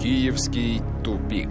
Киевский тупик.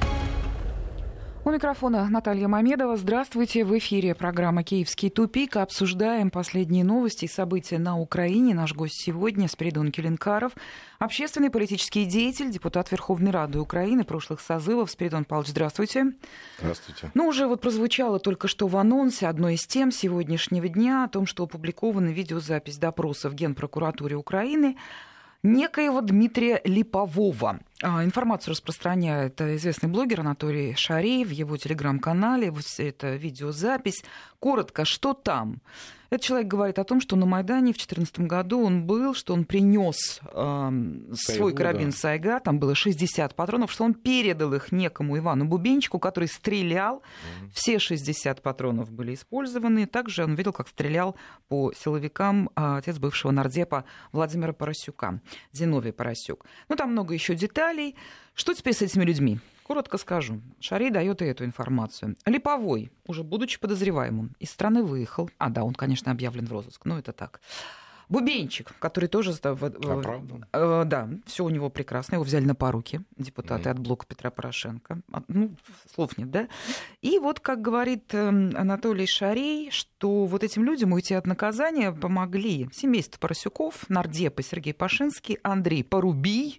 У микрофона Наталья Мамедова. Здравствуйте. В эфире программа «Киевский тупик». Обсуждаем последние новости и события на Украине. Наш гость сегодня Спиридон Келенкаров, общественный политический деятель, депутат Верховной Рады Украины прошлых созывов. Спиридон Павлович, здравствуйте. Здравствуйте. Уже прозвучало только что в анонсе одной из тем сегодняшнего дня о том, что опубликована видеозапись допроса в Генпрокуратуре Украины некоего Дмитрия Липового. Информацию распространяет известный блогер Анатолий Шарей в его телеграм-канале. Это видеозапись. Коротко, что там? Этот человек говорит о том, что на Майдане в 2014 году он был, что он принес свой карабин Сайга, там было 60 патронов, что он передал их некому Ивану Бубенчику, который стрелял. Все 60 патронов были использованы. Также он видел, как стрелял по силовикам отец бывшего нардепа Владимира Поросюка, Зиновий Поросюк. Там много еще деталей. Что теперь с этими людьми? Коротко скажу. Шарей дает и эту информацию. Липовой, уже будучи подозреваемым, из страны выехал. Он, конечно, объявлен в розыск, но это так. Бубенчик, который тоже... Оправдан. Да, все у него прекрасно. Его взяли на поруки депутаты от блока Петра Порошенко. Слов нет, да? И как говорит Анатолий Шарей, что этим людям уйти от наказания помогли семейство Поросюков, нардепы Сергей Пашинский, Андрей Порубий.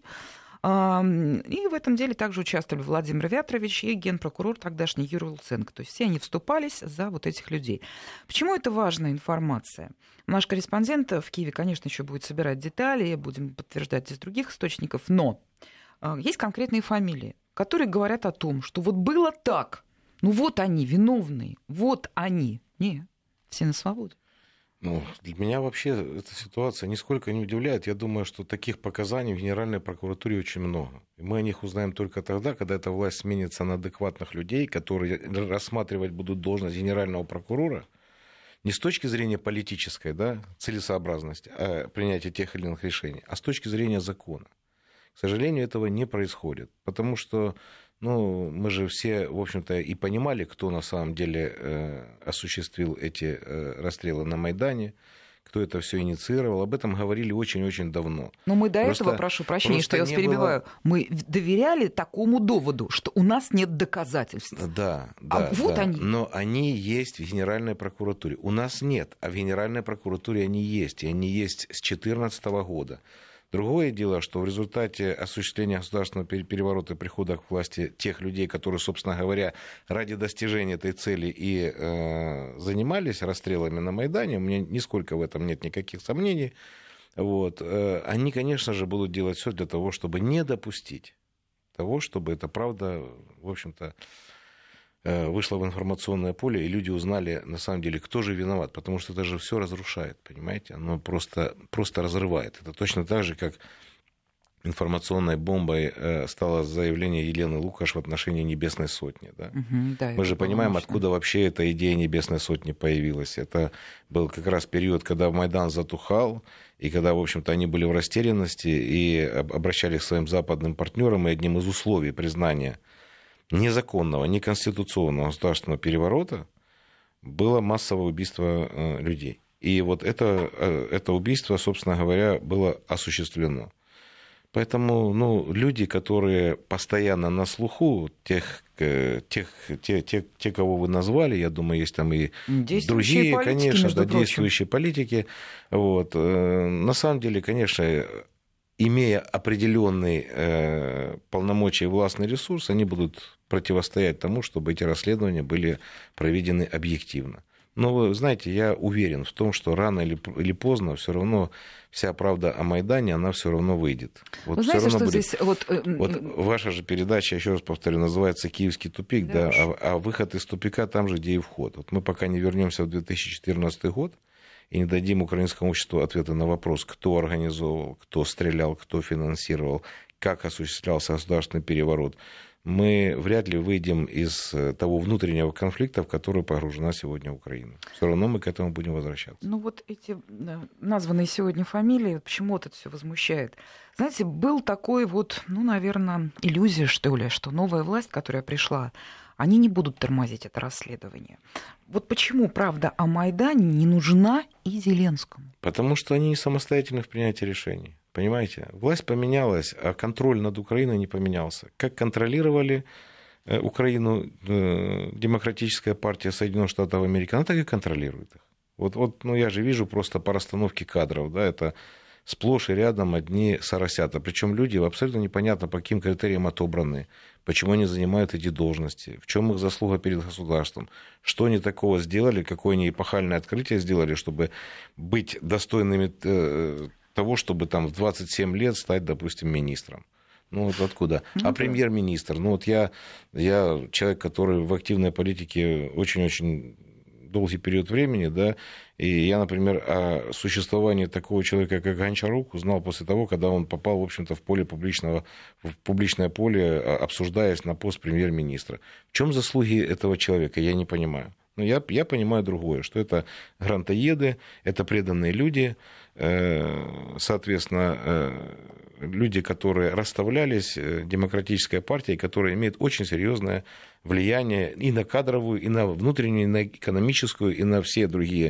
И в этом деле также участвовали Владимир Вятрович и генпрокурор тогдашний Юрий Луценко. То есть все они вступались за этих людей. Почему это важная информация? Наш корреспондент в Киеве, конечно, еще будет собирать детали, будем подтверждать из других источников, но есть конкретные фамилии, которые говорят о том, что было так, они виновные, они. Нет, все на свободе. Для меня вообще эта ситуация нисколько не удивляет. Я думаю, что таких показаний в Генеральной прокуратуре очень много. И мы о них узнаем только тогда, когда эта власть сменится на адекватных людей, которые рассматривать будут должность генерального прокурора не с точки зрения политической целесообразности принятия тех или иных решений, а с точки зрения закона. К сожалению, этого не происходит, потому что мы же все, в общем-то, и понимали, кто на самом деле осуществил эти расстрелы на Майдане, кто это все инициировал. Об этом говорили очень-очень давно. Но мы до этого, прошу прощения, что я вас перебиваю, мы доверяли такому доводу, что у нас нет доказательств. Да. Они. Но они есть в Генеральной прокуратуре. У нас нет, а в Генеральной прокуратуре они есть. И они есть с 2014 года. Другое дело, что в результате осуществления государственного переворота и прихода к власти тех людей, которые, собственно говоря, ради достижения этой цели и занимались расстрелами на Майдане, у меня нисколько в этом нет никаких сомнений, они, конечно же, будут делать все для того, чтобы не допустить того, чтобы эта правда, в общем-то, вышла в информационное поле, и люди узнали, на самом деле, кто же виноват, потому что это же все разрушает, понимаете, оно просто разрывает. Это точно так же, как информационной бомбой стало заявление Елены Лукаш в отношении Небесной Сотни. Да? Мы же понимаем, откуда вообще эта идея Небесной Сотни появилась. Это был как раз период, когда Майдан затухал, и когда, в общем-то, они были в растерянности и обращались к своим западным партнерам, и одним из условий признания незаконного, неконституционного государственного переворота было массовое убийство людей. И это убийство, собственно говоря, было осуществлено. Поэтому люди, которые постоянно на слуху, те, кого вы назвали, я думаю, есть там и другие, конечно, действующие политики, на самом деле, конечно, имея определенный полномочия и властный ресурс, они будут противостоять тому, чтобы эти расследования были проведены объективно. Но вы знаете, я уверен в том, что рано или поздно все равно вся правда о Майдане, она все равно выйдет. Вы знаете, что будет... здесь... Ваша же передача, еще раз повторю, называется «Киевский тупик», да, а выход из тупика там же, где и вход. Мы пока не вернемся в 2014 год, и не дадим украинскому обществу ответа на вопрос, кто организовывал, кто стрелял, кто финансировал, как осуществлялся государственный переворот, мы вряд ли выйдем из того внутреннего конфликта, в который погружена сегодня Украина. Все равно мы к этому будем возвращаться. Эти названные сегодня фамилии, почему это все возмущает? Знаете, был такой наверное, иллюзия, что ли, что новая власть, которая пришла, они не будут тормозить это расследование. Почему правда о Майдане не нужна и Зеленскому? Потому что они не самостоятельны в принятии решений. понимаете? Власть поменялась, а контроль над Украиной не поменялся. Как контролировали Украину Демократическая партия Соединенных Штатов Америки, она так и контролирует их. Вот, я же вижу просто по расстановке кадров, да, это сплошь и рядом одни соросята. Причем люди абсолютно непонятно, по каким критериям отобраны, почему они занимают эти должности, в чем их заслуга перед государством, что они такого сделали, какое они эпохальное открытие сделали, чтобы быть достойными того, чтобы там в 27 лет стать, допустим, министром. Вот откуда? А премьер-министр? Я человек, который в активной политике очень-очень долгий период времени, да, и я, например, о существовании такого человека, как Гончарук, узнал после того, когда он попал, в общем-то, в публичное поле, обсуждаясь на пост премьер-министра. В чем заслуги этого человека, я не понимаю. Но я понимаю другое, что это грантоеды, это преданные люди, соответственно, люди, которые расставлялись Демократической партией, которая имеет очень серьезное влияние и на кадровую, и на внутреннюю, и на экономическую, и на все другие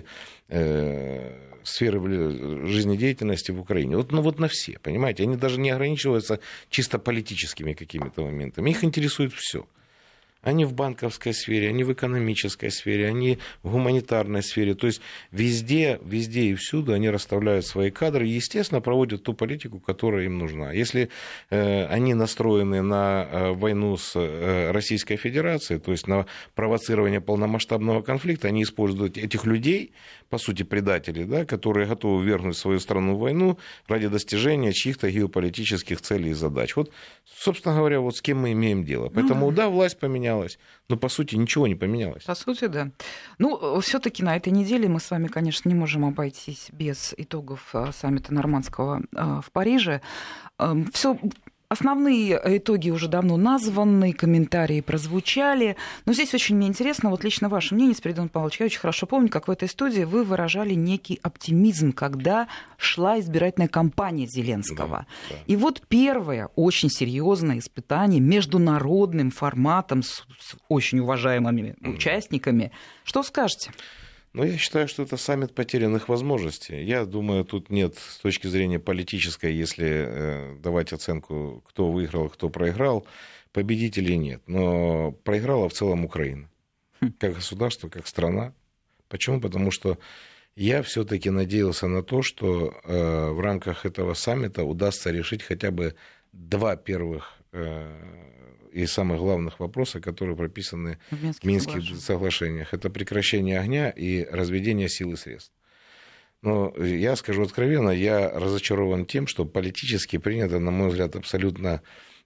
сферы жизнедеятельности в Украине. Вот на все, понимаете? Они даже не ограничиваются чисто политическими какими-то моментами. Их интересует все. Они в банковской сфере, они в экономической сфере, они в гуманитарной сфере. То есть везде и всюду они расставляют свои кадры и, естественно, проводят ту политику, которая им нужна. Если они настроены на войну с Российской Федерацией, то есть на провоцирование полномасштабного конфликта, они используют этих людей, по сути, предателей, да, которые готовы ввергнуть свою страну в войну ради достижения чьих-то геополитических целей и задач. Вот, собственно говоря, вот с кем мы имеем дело. Поэтому, да, власть поменялась, но, по сути, ничего не поменялось. По сути, да. Все-таки на этой неделе мы с вами, конечно, не можем обойтись без итогов саммита Нормандского в Париже. Все. Основные итоги уже давно названы, комментарии прозвучали. Но здесь очень мне интересно, вот лично ваше мнение, Спиридон Павлович. Я очень хорошо помню, как в этой студии вы выражали некий оптимизм, когда шла избирательная кампания Зеленского. Да. И вот первое очень серьезное испытание международным форматом с очень уважаемыми участниками. Что скажете? Я считаю, что это саммит потерянных возможностей. Я думаю, тут нет с точки зрения политической, если давать оценку, кто выиграл, кто проиграл, победителей нет. Но проиграла в целом Украина. Как государство, как страна. Почему? Потому что я все-таки надеялся на то, что в рамках этого саммита удастся решить хотя бы два первых и самых главных вопросов, которые прописаны в Минских соглашениях. Это прекращение огня и разведение сил и средств. Но я скажу откровенно, я разочарован тем, что политически принято, на мой взгляд, абсолютно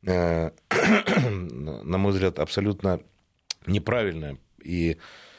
неправильное и,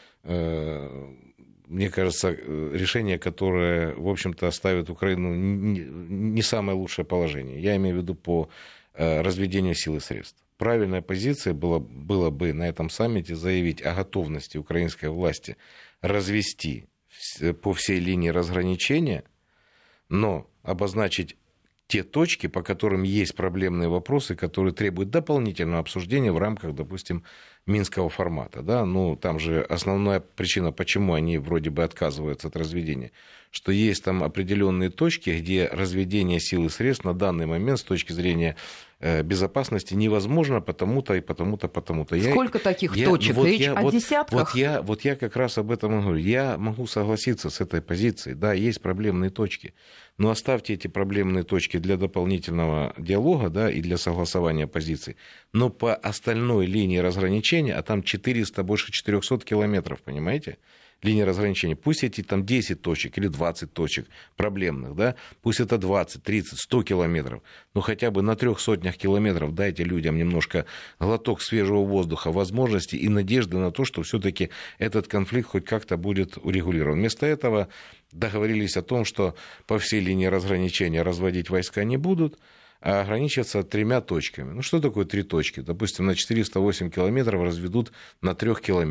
мне кажется, решение, которое, в общем-то, ставит Украину не самое лучшее положение. Я имею в виду по разведению сил и средств. Правильная позиция было бы на этом саммите заявить о готовности украинской власти развести по всей линии разграничения, но обозначить те точки, по которым есть проблемные вопросы, которые требуют дополнительного обсуждения в рамках, допустим, Минского формата. Да? Там же основная причина, почему они вроде бы отказываются от разведения, что есть там определенные точки, где разведение сил и средств на данный момент с точки зрения безопасности невозможно потому-то и потому-то, потому-то. Сколько таких точек? Речь о десятках? Вот я как раз об этом и говорю. Я могу согласиться с этой позицией. Да, есть проблемные точки. Но оставьте эти проблемные точки для дополнительного диалога, да, и для согласования позиций. Но по остальной линии разграничения, а там больше 400 километров, понимаете? Линия разграничения. Пусть эти там 10 точек или 20 точек проблемных, да, пусть это 20, 30, 100 километров, но хотя бы на 300 километров дайте людям немножко глоток свежего воздуха, возможности и надежды на то, что все-таки этот конфликт хоть как-то будет урегулирован. Вместо этого договорились о том, что по всей линии разграничения разводить войска не будут, а ограничиваться 3 точками. Что такое 3 точки? Допустим, на 408 километров разведут на 3 километрах.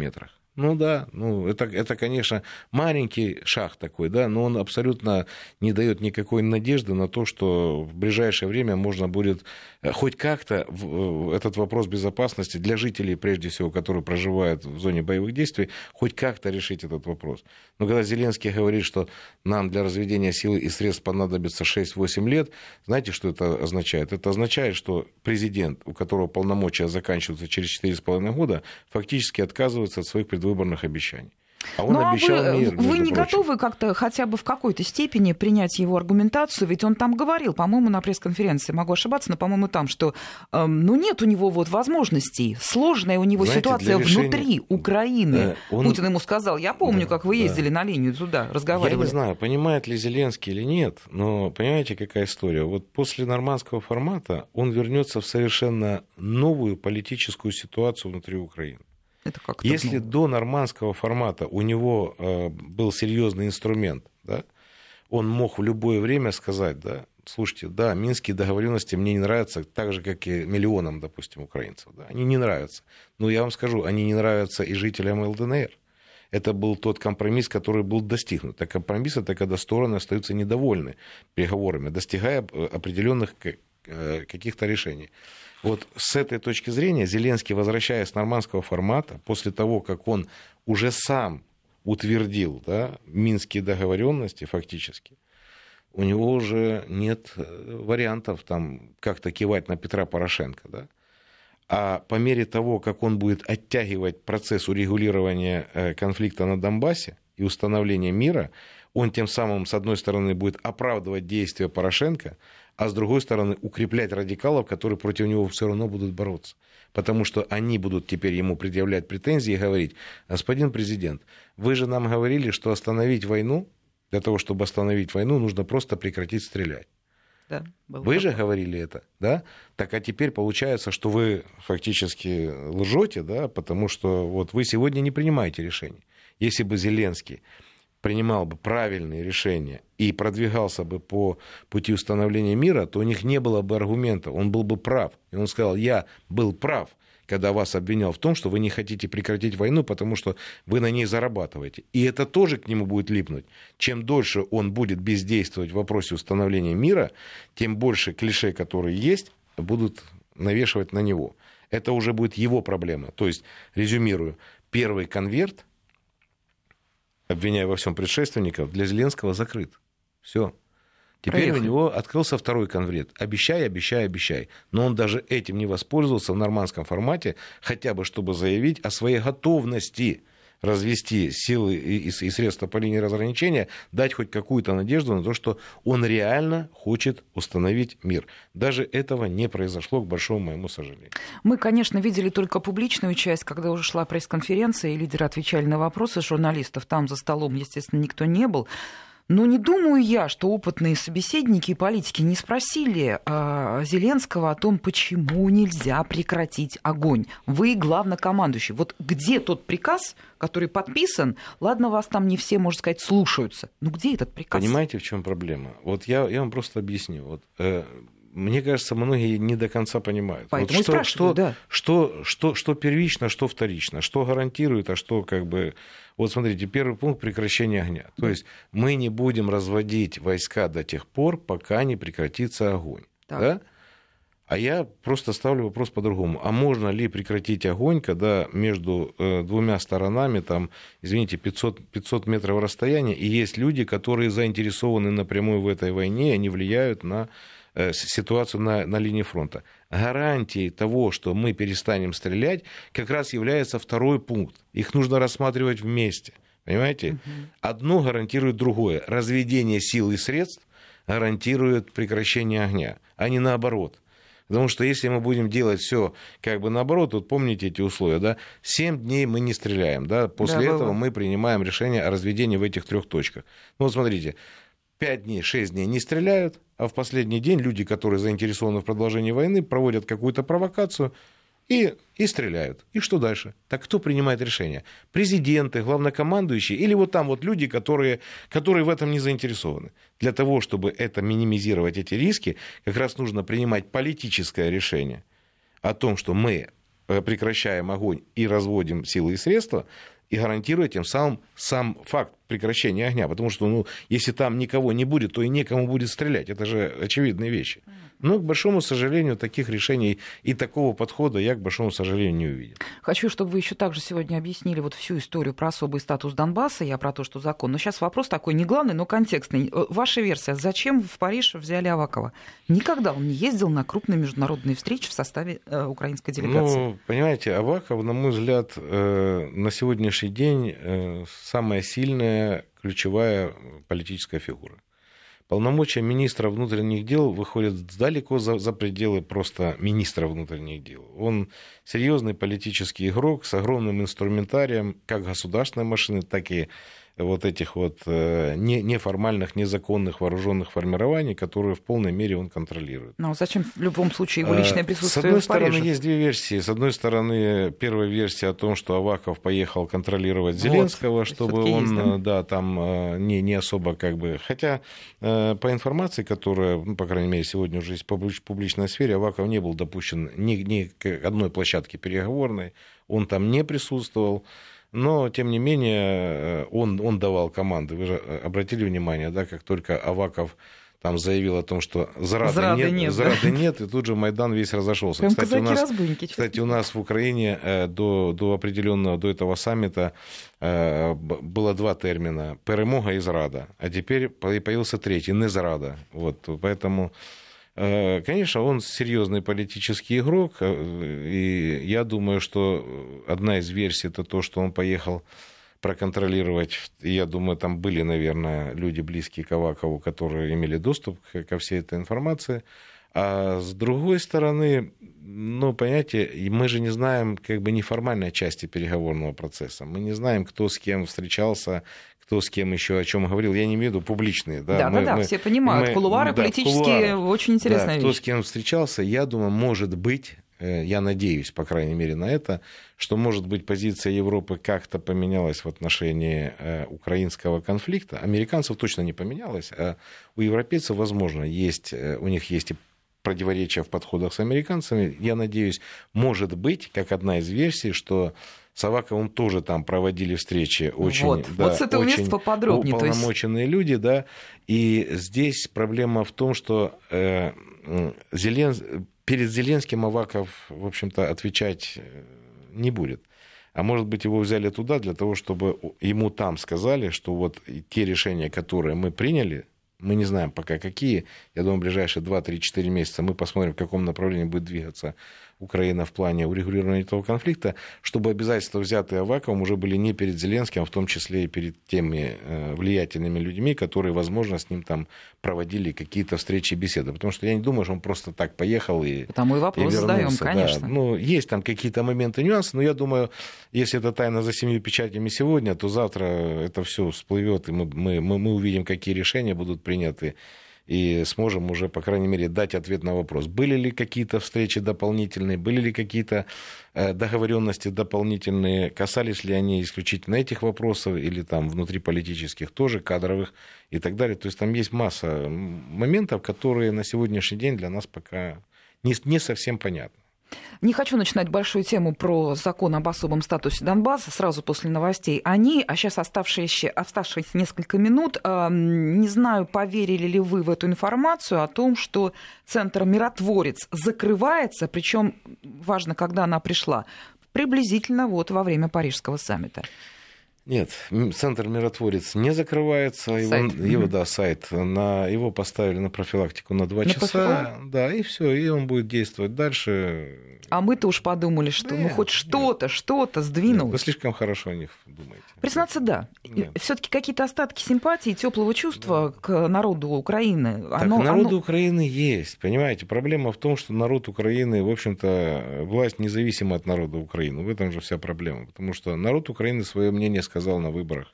Ну да, это, конечно, маленький шаг такой, да, но он абсолютно не дает никакой надежды на то, что в ближайшее время можно будет хоть как-то этот вопрос безопасности для жителей, прежде всего, которые проживают в зоне боевых действий, хоть как-то решить этот вопрос. Но когда Зеленский говорит, что нам для разведения сил и средств понадобится 6-8 лет, знаете, что это означает? Это означает, что президент, у которого полномочия заканчиваются через 4,5 года, фактически отказывается от своих предвыборных обещаний. А он обещал мир. Вы не готовы как-то хотя бы в какой-то степени принять его аргументацию? Ведь он там говорил, по-моему, на пресс-конференции, могу ошибаться, но, по-моему, там, что нет у него возможностей. Сложная у него ситуация внутри Украины. Путин ему сказал, я помню, как вы ездили на линию туда, разговаривали. Я не знаю, понимает ли Зеленский или нет, но понимаете, какая история? Вот после нормандского формата он вернется в совершенно новую политическую ситуацию внутри Украины. Если до нормандского формата у него был серьезный инструмент, да, он мог в любое время сказать, да, слушайте, да, минские договоренности мне не нравятся, так же, как и миллионам, допустим, украинцев. Да, они не нравятся. Но я вам скажу, они не нравятся и жителям ЛДНР. Это был тот компромисс, который был достигнут. А компромисс — это когда стороны остаются недовольны переговорами, достигая определенных каких-то решений. Вот с этой точки зрения Зеленский, возвращаясь с нормандского формата, после того, как он уже сам утвердил, да, минские договоренности фактически, у него уже нет вариантов там как-то кивать на Петра Порошенко. Да? А по мере того, как он будет оттягивать процесс урегулирования конфликта на Донбассе и установления мира, он тем самым, с одной стороны, будет оправдывать действия Порошенко, а с другой стороны, укреплять радикалов, которые против него все равно будут бороться. Потому что они будут теперь ему предъявлять претензии и говорить: господин президент, вы же нам говорили, что остановить войну, для того, чтобы остановить войну, нужно просто прекратить стрелять. Да, вы же говорили это, да? Так а теперь получается, что вы фактически лжете, да, потому что вот вы сегодня не принимаете решений. Если бы Зеленский принимал бы правильные решения и продвигался бы по пути установления мира, то у них не было бы аргумента, он был бы прав. И он сказал: я был прав, когда вас обвинял в том, что вы не хотите прекратить войну, потому что вы на ней зарабатываете. И это тоже к нему будет липнуть. Чем дольше он будет бездействовать в вопросе установления мира, тем больше клише, которые есть, будут навешивать на него. Это уже будет его проблема. То есть, резюмирую, первый конверт, обвиняя во всем предшественников, для Зеленского закрыт. Все. Теперь у него открылся второй конверт. Обещай, обещай, обещай. Но он даже этим не воспользовался в нормандском формате, хотя бы чтобы заявить о своей готовности развести силы и средства по линии разграничения, дать хоть какую-то надежду на то, что он реально хочет установить мир. Даже этого не произошло, к большому моему сожалению. Мы, конечно, видели только публичную часть, когда уже шла пресс-конференция, и лидеры отвечали на вопросы журналистов. Там за столом, естественно, никто не был. Но не думаю я, что опытные собеседники и политики не спросили Зеленского о том, почему нельзя прекратить огонь. Вы главнокомандующий. Вот где тот приказ, который подписан? Ладно, вас там не все, можно сказать, слушаются. Но где этот приказ? Понимаете, в чем проблема? Вот я вам просто объясню. Вот, мне кажется, многие не до конца понимают. Поэтому вот и спрашиваю, да. Что первично, что вторично, что гарантирует, а что как бы... Вот смотрите, первый пункт — прекращение огня. То есть мы не будем разводить войска до тех пор, пока не прекратится огонь. Да? А я просто ставлю вопрос по-другому. А можно ли прекратить огонь, когда между двумя сторонами, там, извините, 500 метров расстояния, и есть люди, которые заинтересованы напрямую в этой войне, они влияют на ситуацию на линии фронта. Гарантией того, что мы перестанем стрелять, как раз является второй пункт. Их нужно рассматривать вместе. Понимаете? Одно гарантирует другое. Разведение сил и средств гарантирует прекращение огня, а не наоборот. Потому что если мы будем делать все как бы наоборот, вот помните эти условия, да, 7 дней мы не стреляем, да, после этого мы принимаем решение о разведении в этих 3 точках. Ну вот смотрите, 5 дней, 6 дней не стреляют, а в последний день люди, которые заинтересованы в продолжении войны, проводят какую-то провокацию и стреляют. И что дальше? Так кто принимает решение? Президенты, главнокомандующие или вот там вот люди, которые в этом не заинтересованы? Для того, чтобы это минимизировать, эти риски, как раз нужно принимать политическое решение о том, что мы прекращаем огонь и разводим силы и средства, и гарантируя тем самым сам факт прекращения огня. Потому что, если там никого не будет, то и некому будет стрелять. Это же очевидные вещи. Но, к большому сожалению, таких решений и такого подхода я, к большому сожалению, не увидел. Хочу, чтобы вы еще также сегодня объяснили вот всю историю про особый статус Донбасса. Я про то, что закон. Но сейчас вопрос такой не главный, но контекстный. Ваша версия. Зачем в Париж взяли Авакова? Никогда он не ездил на крупные международные встречи в составе украинской делегации. Понимаете, Аваков, на мой взгляд, на сегодняшний день самая сильная, ключевая политическая фигура. Полномочия министра внутренних дел выходят далеко за пределы просто министра внутренних дел. Он серьезный политический игрок с огромным инструментарием как государственной машины, так и вот этих вот неформальных, незаконных вооруженных формирований, которые в полной мере он контролирует. Но зачем в любом случае его личное присутствие в Париже? С одной стороны, есть две версии. С одной стороны, первая версия о том, что Аваков поехал контролировать Зеленского, чтобы он есть, там не особо как бы... Хотя по информации, которая, по крайней мере, сегодня уже есть в публичной сфере, Аваков не был допущен ни к одной площадке переговорной, он там не присутствовал. Но, тем не менее, он давал команды. Вы же обратили внимание, да, как только Аваков там заявил о том, что зрады нет, и тут же Майдан весь разошелся. Кстати, у нас в Украине до этого саммита было два термина: перемога и зрада. А теперь появился третий — незрада. Вот, поэтому... Конечно, он серьезный политический игрок, и я думаю, что одна из версий — это то, что он поехал проконтролировать. Я думаю, там были, наверное, люди, близкие к Авакову, которые имели доступ ко всей этой информации. А с другой стороны, понимаете, мы же не знаем как бы неформальной части переговорного процесса. Мы не знаем, кто с кем встречался, кто с кем еще о чем говорил. Я не имею в виду публичные. Да, все понимают. Кулуары политические, очень интересная вещь. Кто с кем встречался, я думаю, может быть, я надеюсь, по крайней мере, на это, что, может быть, позиция Европы как-то поменялась в отношении украинского конфликта. Американцев точно не поменялась, а у европейцев, возможно, у них есть и противоречия в подходах с американцами. Я надеюсь, может быть, как одна из версий, что с Аваковым тоже там проводили встречи очень, вот с этого места поподробнее. Уполномоченные люди, да. И здесь проблема в том, что перед Зеленским Аваков, в общем-то, отвечать не будет. А может быть, его взяли туда для того, чтобы ему там сказали, что вот те решения, которые мы приняли, мы не знаем пока какие. Я думаю, в ближайшие 2-3-4 месяца мы посмотрим, в каком направлении будет двигаться Украина в плане урегулирования этого конфликта, чтобы обязательства, взятые Аваковым, уже были не перед Зеленским, а в том числе и перед теми влиятельными людьми, которые, возможно, с ним там проводили какие-то встречи и беседы. Потому что я не думаю, что он просто так поехал и Потому и вопрос задаем, конечно. Да. Есть там какие-то моменты, нюансы, но я думаю, если это тайна за 7 печатями сегодня, то завтра это все всплывет, и мы увидим, какие решения будут приняты, и сможем уже, по крайней мере, дать ответ на вопрос, были ли какие-то встречи дополнительные, были ли какие-то договоренности дополнительные, касались ли они исключительно этих вопросов или там внутриполитических тоже, кадровых и так далее. То есть там есть масса моментов, которые на сегодняшний день для нас пока не совсем понятны. Не хочу начинать большую тему про закон об особом статусе Донбасса сразу после новостей. А сейчас оставшиеся несколько минут, не знаю, поверили ли вы в эту информацию о том, что Центр «Миротворец» закрывается, причем важно, когда она пришла, приблизительно во время Парижского саммита. Нет, Центр «Миротворец» не закрывается. Сайт. Его поставили на профилактику на 2 часа. Да, и все, и он будет действовать дальше. А мы-то уж подумали, что хоть что-то сдвинулось. Вы слишком хорошо о них думаете. Признаться, да. Все-таки какие-то остатки симпатии, теплого чувства к народу Украины. Народу Украины есть, понимаете. Проблема в том, что народ Украины, в общем-то, власть независима от народа Украины. В этом же вся проблема. Потому что народ Украины свое мнение сказал на выборах.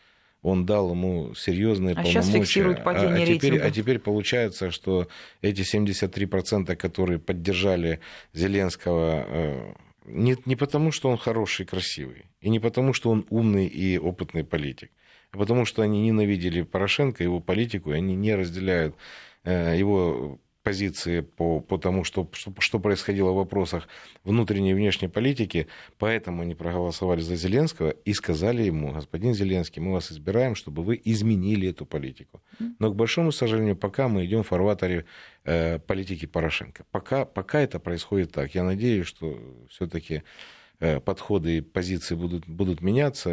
Он дал ему серьезные полномочия. Сейчас фиксирует падение рейтинга. А теперь получается, что эти 73%, которые поддержали Зеленского, не потому, что он хороший и красивый, и не потому, что он умный и опытный политик, а потому, что они ненавидели Порошенко, его политику, и они не разделяют его позиции по тому, что происходило в вопросах внутренней и внешней политики, поэтому они проголосовали за Зеленского и сказали ему: господин Зеленский, мы вас избираем, чтобы вы изменили эту политику. Но, к большому сожалению, пока мы идем в фарватере политики Порошенко. Пока это происходит так. Я надеюсь, что все-таки подходы и позиции будут меняться.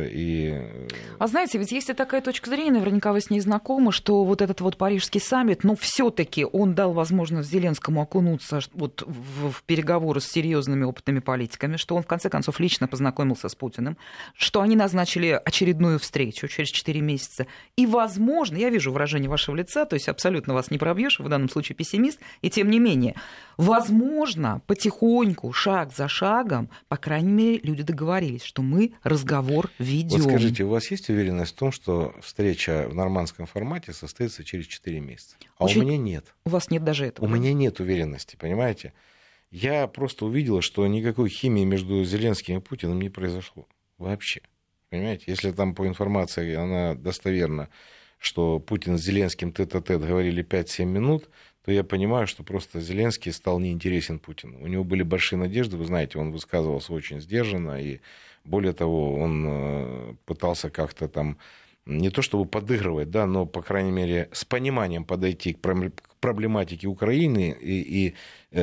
А знаете, ведь есть и такая точка зрения, наверняка вы с ней знакомы, что вот этот вот парижский саммит, но все-таки он дал возможность Зеленскому окунуться вот в переговоры с серьезными опытными политиками, что он в конце концов лично познакомился с Путиным, что они назначили очередную встречу через 4 месяца. И, возможно, я вижу выражение вашего лица, то есть абсолютно вас не пробьешь, в данном случае пессимист, и тем не менее, возможно, потихоньку, шаг за шагом, по крайней мере, люди договорились, что мы разговор ведем. Вот скажите, у вас есть уверенность в том, что встреча в нормандском формате состоится через 4 месяца? А у меня нет. У вас нет даже этого? У меня нет уверенности, понимаете? Я просто увидел, что никакой химии между Зеленским и Путиным не произошло вообще. Понимаете? Если там по информации она достоверна, что Путин с Зеленским тет-а-тет говорили 5-7 минут, то я понимаю, что просто Зеленский стал неинтересен Путину. У него были большие надежды, вы знаете, он высказывался очень сдержанно, и более того, он пытался как-то там, не то чтобы подыгрывать, да, но, по крайней мере, с пониманием подойти к проблематике Украины и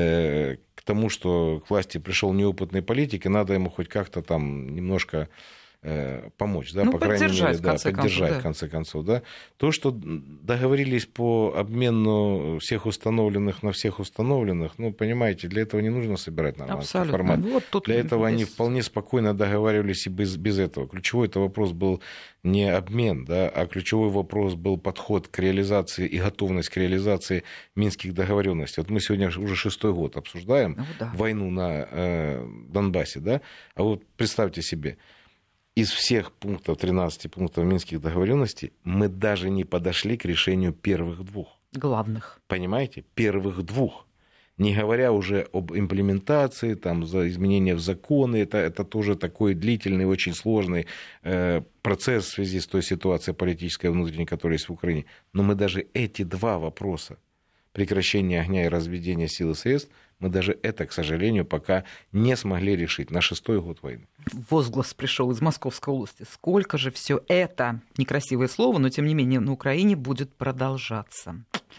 к тому, что к власти пришел неопытный политик, и надо ему хоть как-то там немножко помочь, да, по крайней мере, поддержать, в конце концов, да. То, что договорились по обмену всех установленных на всех установленных, ну, понимаете, для этого не нужно собирать нормандский формат. Вот для этого они вполне спокойно договаривались и без этого. Ключевой-то вопрос был не обмен, да, а ключевой вопрос был подход к реализации и готовность к реализации минских договоренностей. Вот мы сегодня уже 6-й год обсуждаем войну на Донбассе, да, а вот представьте себе, из всех пунктов, 13 пунктов минских договоренностей, мы даже не подошли к решению первых 2. Главных. Понимаете? Первых 2. Не говоря уже об имплементации, там, за изменения в законы. Это тоже такой длительный, очень сложный процесс в связи с той ситуацией политической внутренней, которая есть в Украине. Но мы даже эти 2 вопроса, прекращение огня и разведение сил и средств, мы даже это, к сожалению, пока не смогли решить на 6-й год войны. Возглас пришел из Московской области. Сколько же все это, некрасивое слово, но тем не менее на Украине будет продолжаться.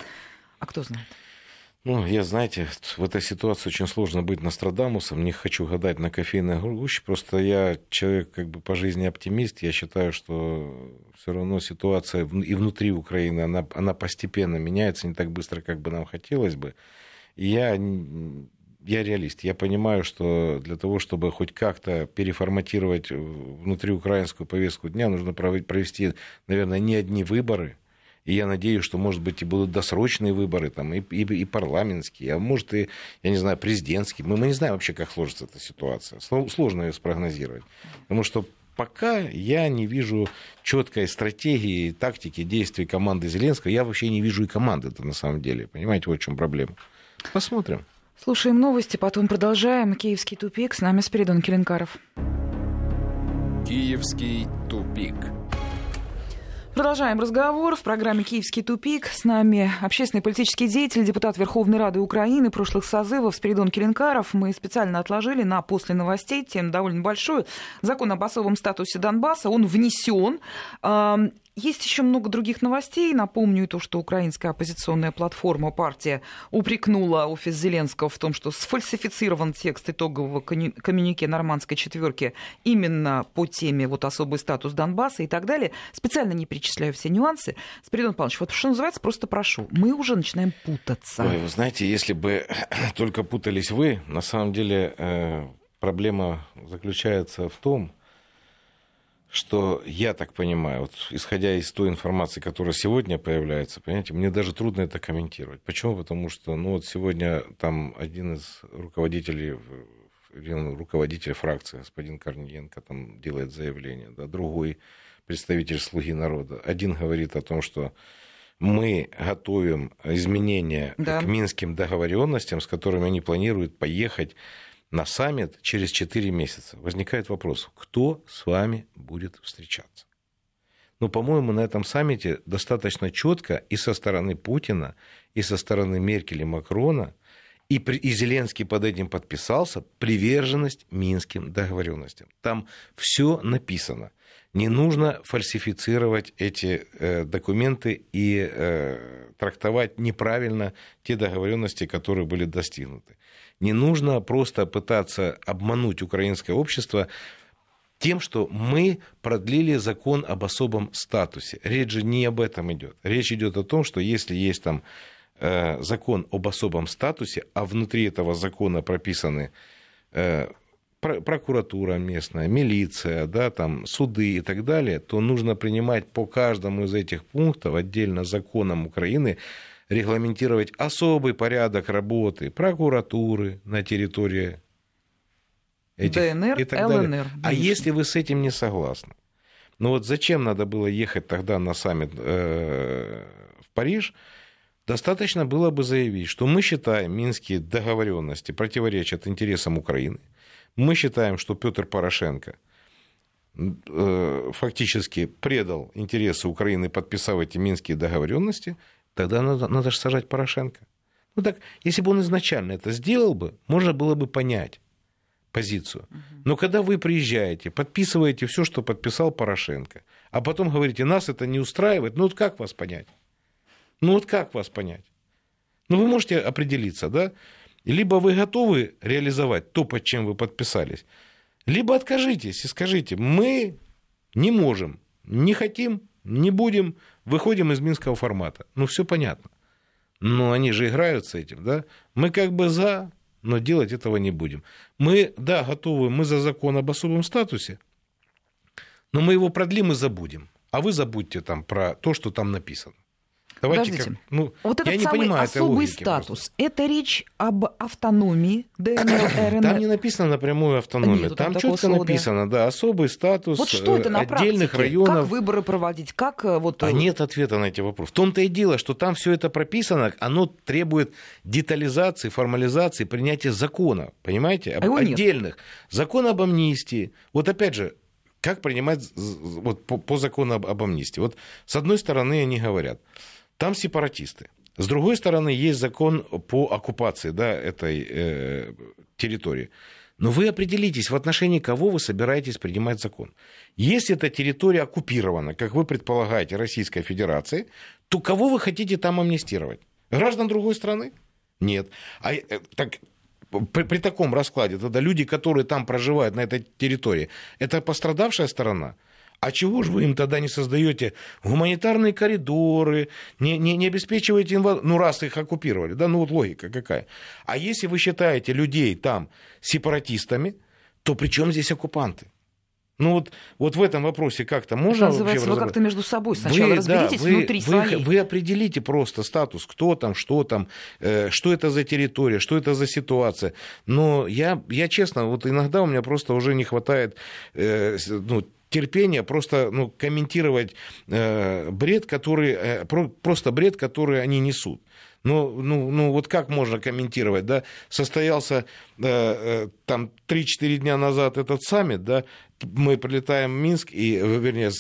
А кто знает? Ну, знаете, в этой ситуации очень сложно быть Нострадамусом. Не хочу гадать на кофейной гуще. Просто я человек как бы по жизни оптимист. Я считаю, что все равно ситуация и внутри Украины, она постепенно меняется, не так быстро, как бы нам хотелось бы. И я реалист. Я понимаю, что для того, чтобы хоть как-то переформатировать внутриукраинскую повестку дня, нужно провести, наверное, не одни выборы. И я надеюсь, что, может быть, и будут досрочные выборы, там, и парламентские, а может, и, я не знаю, президентские. Мы не знаем вообще, как сложится эта ситуация. Сложно ее спрогнозировать. Потому что пока я не вижу четкой стратегии, тактики действий команды Зеленского. Я вообще не вижу и команды-то на самом деле. Понимаете, вот в чем проблема. Посмотрим. Слушаем новости, потом продолжаем. Киевский тупик. С нами Спиридон Келенкаров. Киевский тупик. Продолжаем разговор в программе «Киевский тупик». С нами общественный политический деятель, депутат Верховной Рады Украины прошлых созывов Спиридон Келенкаров. Мы специально отложили на после новостей, тему довольно большую. Закон об особом статусе Донбасса, он внесен. Есть еще много других новостей. Напомню то, что украинская оппозиционная платформа, партия, упрекнула офис Зеленского в том, что сфальсифицирован текст итогового коммюнике Нормандской четверки именно по теме вот особый статус Донбасса и так далее. Специально не перечисляю все нюансы. Спиридон Павлович, вот что называется, просто прошу. Мы уже начинаем путаться. Ой, вы знаете, если бы только путались вы, на самом деле проблема заключается в том, что, я так понимаю, вот, исходя из той информации, которая сегодня появляется, понимаете, мне даже трудно это комментировать. Почему? Потому что вот сегодня там один из руководителей фракции, господин Корниенко, там делает заявление, да, другой представитель «Слуги народа». Один говорит о том, что мы готовим изменения к минским договоренностям, с которыми они планируют поехать на саммит через 4 месяца. Возникает вопрос, кто с вами будет встречаться? Но, по-моему, на этом саммите достаточно четко и со стороны Путина, и со стороны Меркель и Макрона, и Зеленский под этим подписался, приверженность Минским договоренностям. Там все написано. Не нужно фальсифицировать эти документы и трактовать неправильно те договоренности, которые были достигнуты. Не нужно просто пытаться обмануть украинское общество тем, что мы продлили закон об особом статусе. Речь же не об этом идет. Речь идет о том, что если есть там закон об особом статусе, а внутри этого закона прописаны прокуратура местная, милиция, да, там, суды и так далее, то нужно принимать по каждому из этих пунктов отдельно законом Украины, регламентировать особый порядок работы прокуратуры на территории этих ДНР, и так ЛНР. далее. А если вы с этим не согласны? Ну вот зачем надо было ехать тогда на саммит в Париж? Достаточно было бы заявить, что мы считаем минские договоренности противоречат интересам Украины. Мы считаем, что Петр Порошенко фактически предал интересы Украины, подписав эти минские договоренности. Тогда надо же сажать Порошенко. Ну так, если бы он изначально это сделал бы, можно было бы понять позицию. Но когда вы приезжаете, подписываете все, что подписал Порошенко, а потом говорите, нас это не устраивает, ну вот как вас понять? Ну вот как вас понять? Ну вы можете определиться, да? Либо вы готовы реализовать то, под чем вы подписались, либо откажитесь и скажите, мы не можем, не хотим, не будем, выходим из Минского формата. Ну все понятно. Но они же играют с этим, да? Мы как бы за, но делать этого не будем. Мы, да, готовы, мы за закон об особом статусе, но мы его продлим и забудем. А вы забудьте там про то, что там написано. Давайте Подождите, вот этот я не самый понимаю этой особый логики статус, просто. это речь об автономии ДНР, РНР? Там не написано напрямую автономия, Нету там такого четко слова, написано, да, особый статус вот что это на отдельных практике? районов. Как выборы проводить? Как вот... А нет ответа на эти вопросы. В том-то и дело, что там все это прописано, оно требует детализации, формализации, принятия закона, понимаете, отдельных. Нет. Закон об амнистии. Вот опять же, как принимать вот, по закону об амнистии? Вот с одной стороны они говорят, там сепаратисты. С другой стороны, есть закон по оккупации, да, этой территории. Но вы определитесь, в отношении кого вы собираетесь принимать закон. Если эта территория оккупирована, как вы предполагаете, Российской Федерацией, то кого вы хотите там амнистировать? Граждан другой страны? Нет. Так, при таком раскладе, тогда люди, которые там проживают, на этой территории, это пострадавшая сторона? А чего же вы им тогда не создаете гуманитарные коридоры, не обеспечиваете им, ну раз их оккупировали, да, ну вот логика какая. А если вы считаете людей там сепаратистами, то при чем здесь оккупанты? Ну вот в этом вопросе как-то можно это называется, вы как-то между собой сначала разберитесь внутри своей. Вы определите просто статус, кто там, что это за территория, что это за ситуация. Но я честно, вот иногда у меня просто уже не хватает терпения просто комментировать бред, который они несут. Ну, вот как можно комментировать, да? Состоялся там 3-4 дня назад этот саммит, да? Мы прилетаем в Минск, вернее,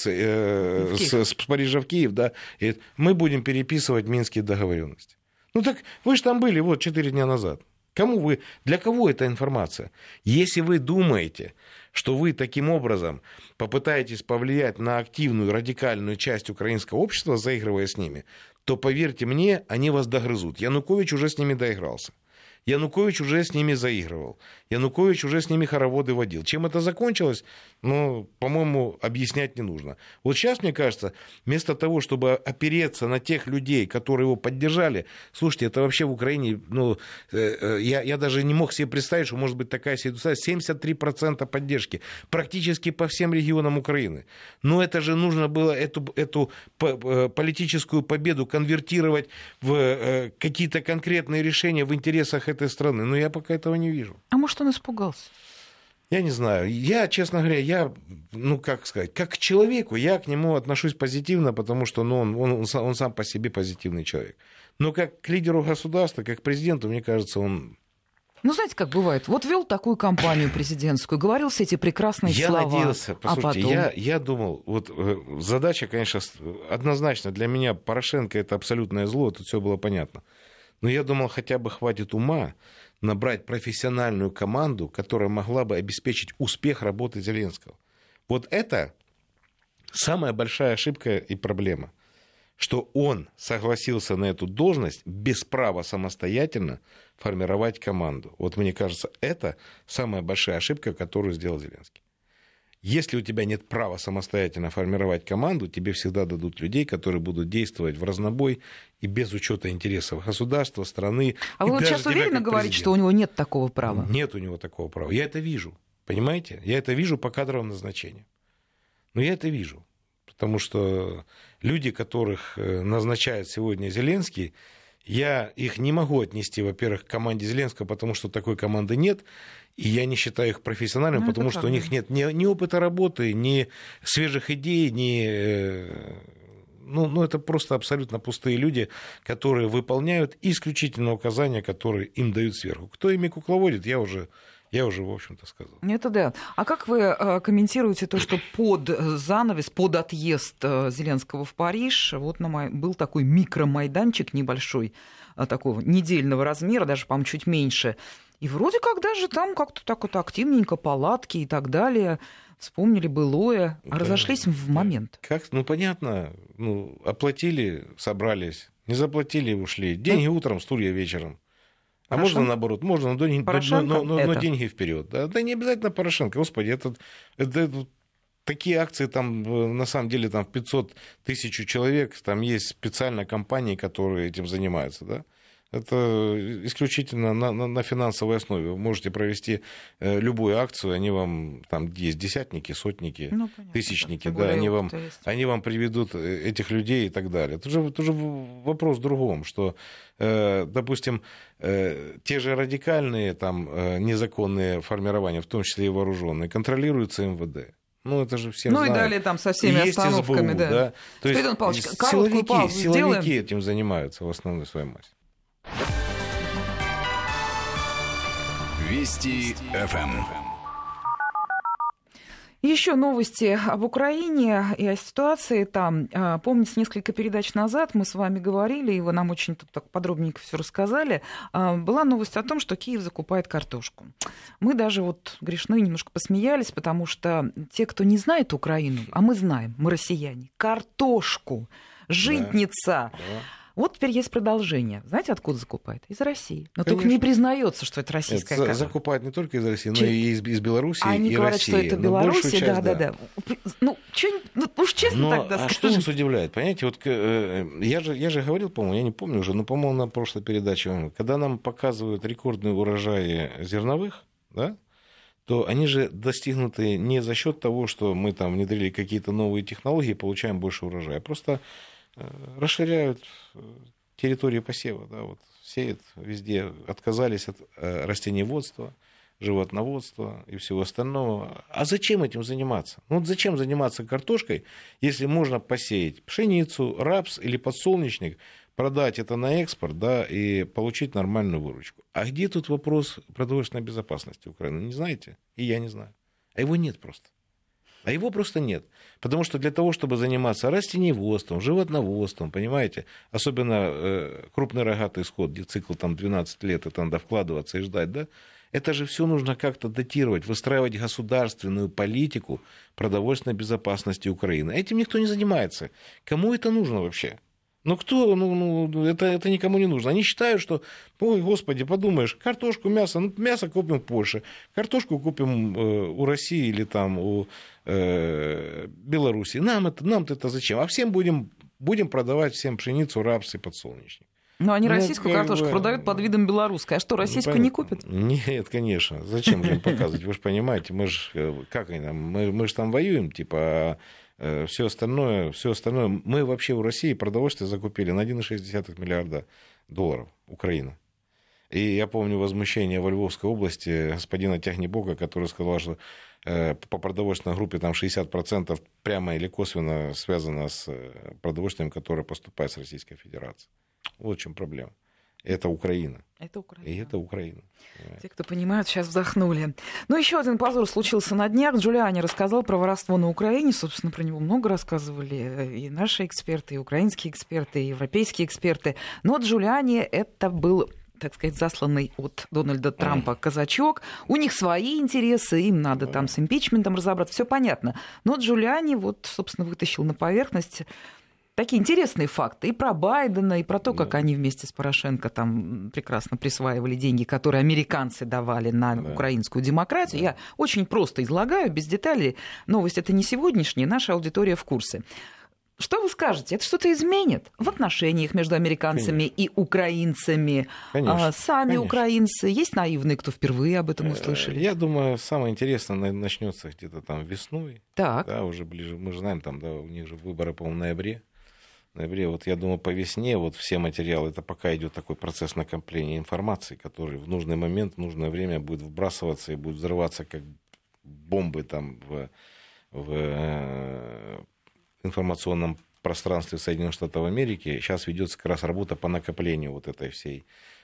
с Парижа в Киев, да? И мы будем переписывать минские договоренности. Ну так вы же там были 4 дня назад. Для кого эта информация? Если вы думаете, что вы таким образом попытаетесь повлиять на активную, радикальную часть украинского общества, заигрывая с ними, то, поверьте мне, они вас догрызут. Янукович уже с ними доигрался. Янукович уже с ними заигрывал. Янукович уже с ними хороводы водил. Чем это закончилось, по-моему, объяснять не нужно. Вот сейчас, мне кажется, вместо того, чтобы опереться на тех людей, которые его поддержали, слушайте, это вообще в Украине, я даже не мог себе представить, что может быть такая ситуация, 73% поддержки практически по всем регионам Украины. Но это же нужно было эту политическую победу конвертировать в какие-то конкретные решения в интересах этой страны. Но я пока этого не вижу. А может, он испугался? Я не знаю. Я, честно говоря, как к человеку, я к нему отношусь позитивно, потому что он сам по себе позитивный человек. Но как к лидеру государства, как к президенту, мне кажется, он Ну, знаете, как бывает. Вот вел такую кампанию президентскую, говорил все эти прекрасные слова. Я надеялся, послушайте, а потом... я думал, вот задача, конечно, однозначно для меня Порошенко это абсолютное зло, тут все было понятно. Но я думал, хотя бы хватит ума набрать профессиональную команду, которая могла бы обеспечить успех работы Зеленского. Вот это самая большая ошибка и проблема, что он согласился на эту должность без права самостоятельно формировать команду. Вот мне кажется, это самая большая ошибка, которую сделал Зеленский. Если у тебя нет права самостоятельно формировать команду, тебе всегда дадут людей, которые будут действовать в разнобой и без учета интересов государства, страны. А вы вот сейчас уверенно говорите, что у него нет такого права? Нет у него такого права. Я это вижу. Понимаете? Я это вижу по кадровым назначениям. Но я это вижу. Потому что люди, которых назначает сегодня Зеленский, я их не могу отнести, во-первых, к команде Зеленского, потому что такой команды нет, и я не считаю их профессиональными, потому что у них нет ни опыта работы, ни свежих идей, Ну, это просто абсолютно пустые люди, которые выполняют исключительно указания, которые им дают сверху. Кто ими кукловодит, я уже, в общем-то, сказал. Это да. А как вы комментируете то, что под занавес, под отъезд Зеленского в Париж, вот был такой микромайданчик небольшой, такого недельного размера, даже, по-моему, чуть меньше. И вроде как даже там как-то так вот активненько, палатки и так далее. Вспомнили былое, а разошлись в момент. Как? Ну, понятно. Оплатили, собрались. Не заплатили, ушли. Деньги утром, стулья вечером. А можно наоборот, можно, но деньги вперед. Да не обязательно Порошенко. Господи, это такие акции, там, на самом деле, там, в 500 тысяч человек, там есть специальные компании, которые этим занимаются, да. Это исключительно на финансовой основе. Вы можете провести любую акцию, они вам, там есть десятники, сотники, тысячники, да, они вам приведут этих людей и так далее. Тут же вопрос в другом, что, допустим, те же радикальные там, незаконные формирования, в том числе и вооруженные, контролируются МВД. Это же все знают. И далее там со всеми остановками, СБУ, да. То есть Спиридон Павлович, короткую паузу сделаем. Силовики этим занимаются в основной своей массе. Вести ФМ. Еще новости об Украине и о ситуации там. Помните, несколько передач назад мы с вами говорили, и вы нам очень так подробненько все рассказали. Была новость о том, что Киев закупает картошку. Мы даже вот грешны немножко посмеялись, потому что те, кто не знает Украину, а мы знаем, мы россияне, картошку, житница. Да. Вот теперь есть продолжение. Знаете, откуда закупает? Из России. Но только не признается, что это российская картошка. Закупают не только из России, но и из Белоруссии, Они и говорят, России. что это Белоруссия, да. Уж честно тогда скажем. А что нас удивляет? Понимаете, вот я же говорил, по-моему, я не помню уже, но, по-моему, на прошлой передаче, когда нам показывают рекордные урожаи зерновых, да, то они же достигнуты не за счет того, что мы там внедрили какие-то новые технологии и получаем больше урожая, а просто расширяют территории посева, да, вот сеют везде, отказались от растениеводства, животноводства и всего остального. А зачем этим заниматься? Зачем заниматься картошкой, если можно посеять пшеницу, рапс или подсолнечник, продать это на экспорт, да, и получить нормальную выручку? А где тут вопрос продовольственной безопасности Украины? Не знаете? И я не знаю. А его нет просто. А его просто нет. Потому что для того, чтобы заниматься растениеводством, животноводством, понимаете, особенно крупный рогатый скот, где цикл там 12 лет, это надо вкладываться и ждать, да, это же все нужно как-то датировать, выстраивать государственную политику продовольственной безопасности Украины. Этим никто не занимается. Кому это нужно вообще? Кто? Это никому не нужно. Они считают, что, ой, господи, подумаешь, картошку, мясо, мясо купим в Польше, картошку купим у России или там у Белоруссии. Нам-то это зачем? А всем будем продавать всем пшеницу, рапс и подсолнечник. Но они российскую картошку продают под видом белорусской. А что, российскую не купят? Нет, конечно. Зачем же им показывать? Вы же понимаете, мы же там воюем, типа... Все остальное, мы вообще в России продовольствие закупили на 1,6 миллиарда долларов, Украина. И я помню возмущение во Львовской области господина Тягнебока, который сказал, что по продовольственной группе там 60% прямо или косвенно связано с продовольствием, которое поступает с Российской Федерации. Вот в чем проблема. Это Украина. Это Украина. И это Украина. Те, кто понимают, сейчас вздохнули. Ну, еще один позор случился на днях. Джулиани рассказал про воровство на Украине. Собственно, про него много рассказывали и наши эксперты, и украинские эксперты, и европейские эксперты. Но Джулиани это был, так сказать, засланный от Дональда Трампа казачок. У них свои интересы, им надо там с импичментом разобраться, все понятно. Но Джулиани вот, собственно, вытащил на поверхность такие интересные факты и про Байдена, и про то, как они вместе с Порошенко там прекрасно присваивали деньги, которые американцы давали на украинскую демократию. Я очень просто излагаю, без деталей. Новость это не сегодняшняя, наша аудитория в курсе. Что вы скажете? Это что-то изменит в отношениях между американцами и украинцами? Сами украинцы. Есть наивные, кто впервые об этом услышали? Я думаю, самое интересное начнется где-то там весной. Так. Да, уже ближе. Мы же знаем, там, да, у них же выборы, по-моему, в ноябре. Вот я думаю, по весне вот все материалы, это пока идет такой процесс накопления информации, который в нужный момент, в нужное время будет вбрасываться и будет взрываться как бомбы там в информационном пространстве Соединенных Штатов Америки. Сейчас ведется как раз работа по накоплению вот этой всей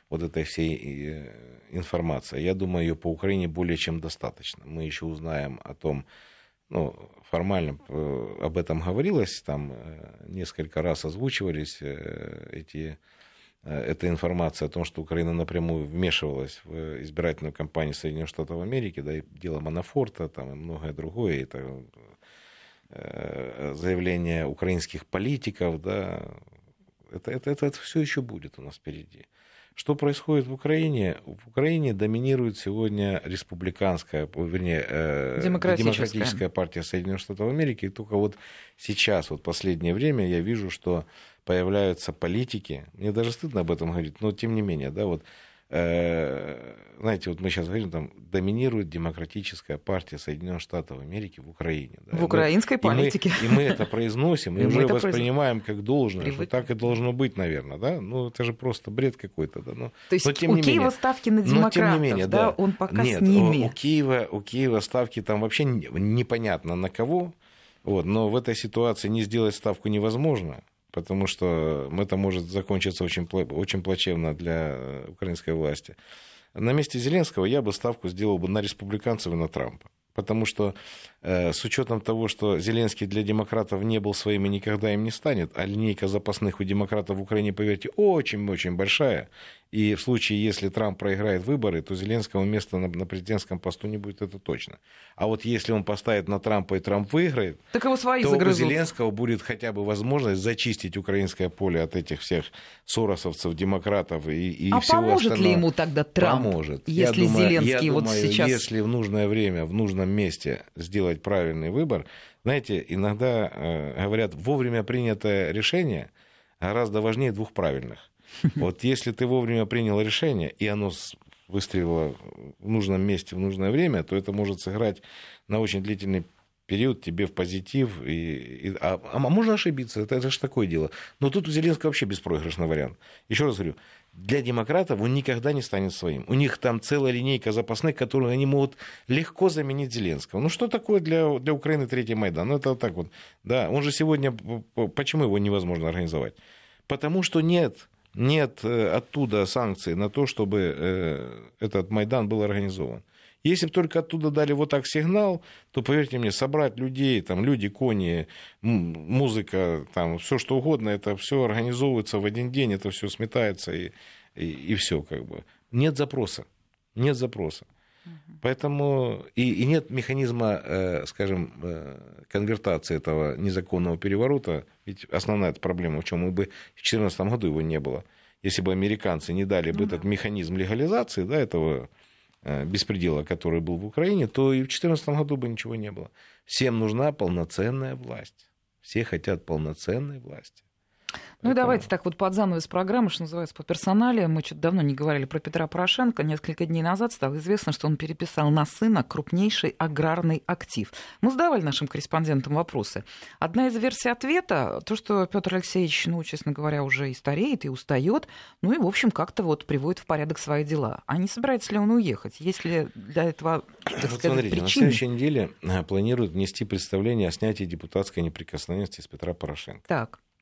информации. Я думаю, ее по Украине более чем достаточно. Мы еще узнаем о том, формально об этом говорилось, там несколько раз озвучивались эта информация о том, что Украина напрямую вмешивалась в избирательную кампанию Соединенных Штатов Америки, да, и дело Манафорта, там, и многое другое, это заявления украинских политиков, да, это все еще будет у нас впереди. Что происходит в Украине? В Украине доминирует сегодня республиканская, вернее, демократическая партия Соединенных Штатов Америки. И только вот сейчас, вот последнее время, я вижу, что появляются политики. Мне даже стыдно об этом говорить, но тем не менее, да, вот, знаете, вот мы сейчас говорим, там доминирует демократическая партия Соединенных Штатов Америки в Украине. Да, в украинской политике. И мы это произносим, и уже воспринимаем как должное, что так и должно быть, наверное, да? Ну, это же просто бред какой-то, да? Но, то есть у Киева ставки на демократов, да, он пока нет, с ними. У Киева ставки там вообще непонятно на кого, вот, но в этой ситуации не сделать ставку невозможно. Потому что это может закончиться очень плачевно для украинской власти. На месте Зеленского я бы ставку сделал бы на республиканцев и на Трампа. Потому что с учетом того, что Зеленский для демократов не был своим и никогда им не станет, а линейка запасных у демократов в Украине, поверьте, очень-очень большая. И в случае, если Трамп проиграет выборы, то Зеленского места на президентском посту не будет, это точно. А вот если он поставит на Трампа и Трамп выиграет, так его свои то загрызут. У Зеленского будет хотя бы возможность зачистить украинское поле от этих всех соросовцев, демократов и всего остального. А поможет ли ему тогда Трамп, поможет. если Зеленский вот сейчас... Если в нужное время, в нужном месте сделать правильный выбор, знаете, иногда говорят, вовремя принятое решение гораздо важнее двух правильных. Вот если ты вовремя принял решение, и оно выстрелило в нужном месте в нужное время, то это может сыграть на очень длительный период тебе в позитив. А можно ошибиться, это же такое дело. Но тут у Зеленского вообще беспроигрышный вариант. Еще раз говорю, для демократов он никогда не станет своим. У них там целая линейка запасных, которые они могут легко заменить Зеленского. Ну что такое для Украины Третий Майдан? Ну это вот так вот. Да, он же сегодня... Почему его невозможно организовать? Потому что нет оттуда санкций на то, чтобы этот Майдан был организован. Если бы только оттуда дали вот так сигнал, то, поверьте мне, собрать людей, там, люди, кони, музыка, там, все что угодно, это все организовывается в один день, это все сметается и все как бы. Нет запроса. Поэтому и нет механизма, скажем, конвертации этого незаконного переворота. Ведь основная проблема, в чем мы бы в 2014 году его не было. Если бы американцы не дали бы этот механизм легализации, да, этого беспредела, который был в Украине, то и в 2014 году бы ничего не было. Всем нужна полноценная власть. Все хотят полноценной власти. Ну и давайте так вот под занавес программы, что называется, по персонале. Мы что-то давно не говорили про Петра Порошенко. Несколько дней назад стало известно, что он переписал на сына крупнейший аграрный актив. Мы задавали нашим корреспондентам вопросы. Одна из версий ответа, то, что Петр Алексеевич, ну, честно говоря, уже и стареет, и устает, ну и, в общем, как-то вот приводит в порядок свои дела. А не собирается ли он уехать? Есть ли для этого, так сказать, смотрите, причины? На следующей неделе планируют внести представление о снятии депутатской неприкосновенности с Петра Порошенко. Так.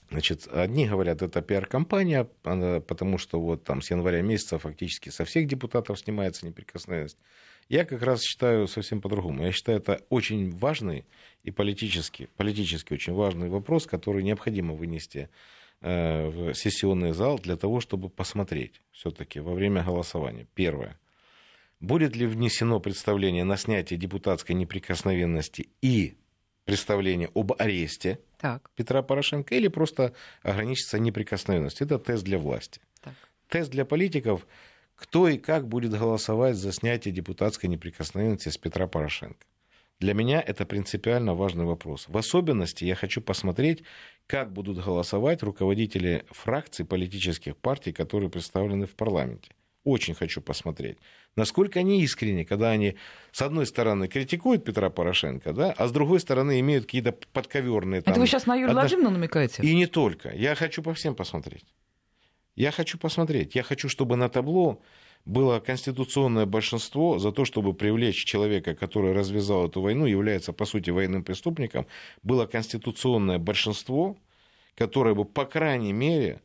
Значит, одни говорят, это пиар-компания, потому что вот там с января месяца фактически со всех депутатов снимается неприкосновенность. Я как раз считаю совсем по-другому. Я считаю, это очень важный и политически очень важный вопрос, который необходимо вынести в сессионный зал для того, чтобы посмотреть все-таки во время голосования. Первое. Будет ли внесено представление на снятие депутатской неприкосновенности и представление об аресте Петра Порошенко, или просто ограничится неприкосновенностью? Это тест для власти. Так. Тест для политиков, кто и как будет голосовать за снятие депутатской неприкосновенности с Петра Порошенко. Для меня это принципиально важный вопрос. В особенности я хочу посмотреть, как будут голосовать руководители фракций политических партий, которые представлены в парламенте. Очень хочу посмотреть, насколько они искренни, когда они, с одной стороны, критикуют Петра Порошенко, да, а с другой стороны, имеют какие-то подковерные... Это вы сейчас на Юлию Владимировну намекаете? И не только. Я хочу по всем посмотреть. Я хочу, чтобы на табло было конституционное большинство за то, чтобы привлечь человека, который развязал эту войну, является, по сути, военным преступником, было конституционное большинство, которое бы, по крайней мере...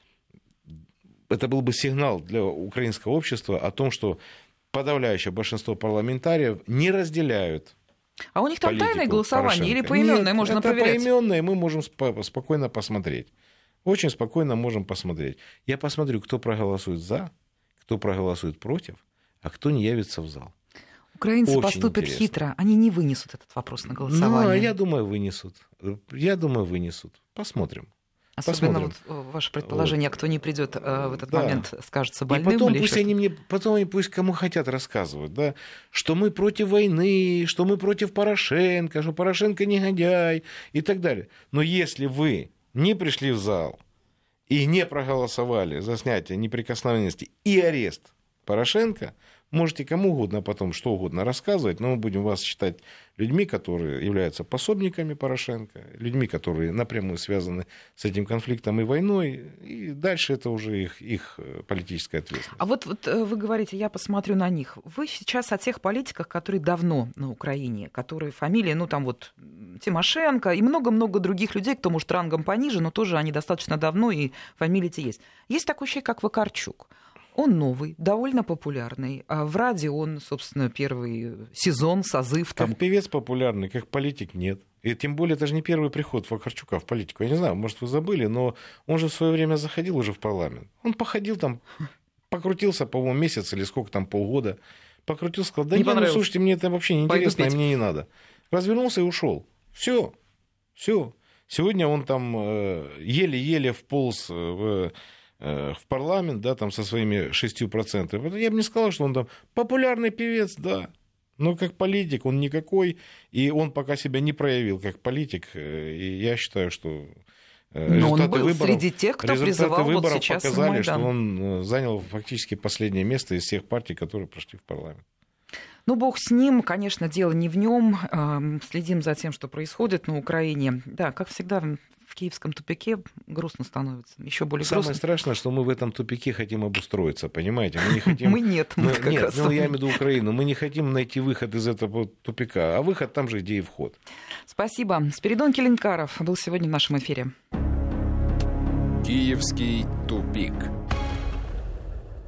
Это был бы сигнал для украинского общества о том, что подавляющее большинство парламентариев не разделяют. А у них там тайное голосование Порошенко. Или поименное? Нет, можно это проверять? Поименное, мы можем спокойно посмотреть. Очень спокойно можем посмотреть. Я посмотрю, кто проголосует за, кто проголосует против, а кто не явится в зал. Украинцы очень поступят интересно. Хитро. Они не вынесут этот вопрос на голосование. Я думаю, вынесут. Посмотрим. Особенно вот ваше предположение, кто не придет в этот момент, скажется больным. И потом пусть кому хотят рассказывают, да, что мы против войны, что мы против Порошенко, что Порошенко негодяй и так далее. Но если вы не пришли в зал и не проголосовали за снятие неприкосновенности и арест Порошенко, можете кому угодно потом что угодно рассказывать, но мы будем вас считать людьми, которые являются пособниками Порошенко, людьми, которые напрямую связаны с этим конфликтом и войной, и дальше это уже их политическая ответственность. А вот вы говорите, я посмотрю на них. Вы сейчас о тех политиках, которые давно на Украине, которые фамилии, Тимошенко и много-много других людей, кто, может, рангом пониже, но тоже они достаточно давно, и фамилии-то есть. Есть такой человек, как Вакарчук. Он новый, довольно популярный. А в радио он, собственно, первый сезон, созыв. Как певец популярный, как политик нет. И тем более, это же не первый приход Вакарчука в политику. Я не знаю, может, вы забыли, но он же в свое время заходил уже в парламент. Он походил там, покрутился, по-моему, месяц или сколько там, полгода. Покрутился, сказал, да нет, слушайте, мне это вообще не интересно, и мне не надо. Развернулся и ушел. Все. Сегодня он там еле-еле вполз в парламент, да, там со своими 6%. Я бы не сказал, что он там популярный певец, да, но как политик он никакой, и он пока себя не проявил как политик, и я считаю, что результаты выборов, среди тех, кто призывал вот сейчас показали, что он занял фактически последнее место из всех партий, которые прошли в парламент. Бог с ним, конечно, дело не в нем. Следим за тем, что происходит на Украине. Да, как всегда, в киевском тупике грустно становится. Еще более грустно. Самое страшное, что мы в этом тупике хотим обустроиться, понимаете? Мы не хотим... Мы нет. Я имею в виду Украину. Мы не хотим найти выход из этого тупика, а выход там же, где и вход. Спасибо. Спиридон Келенкаров был сегодня в нашем эфире. Киевский тупик.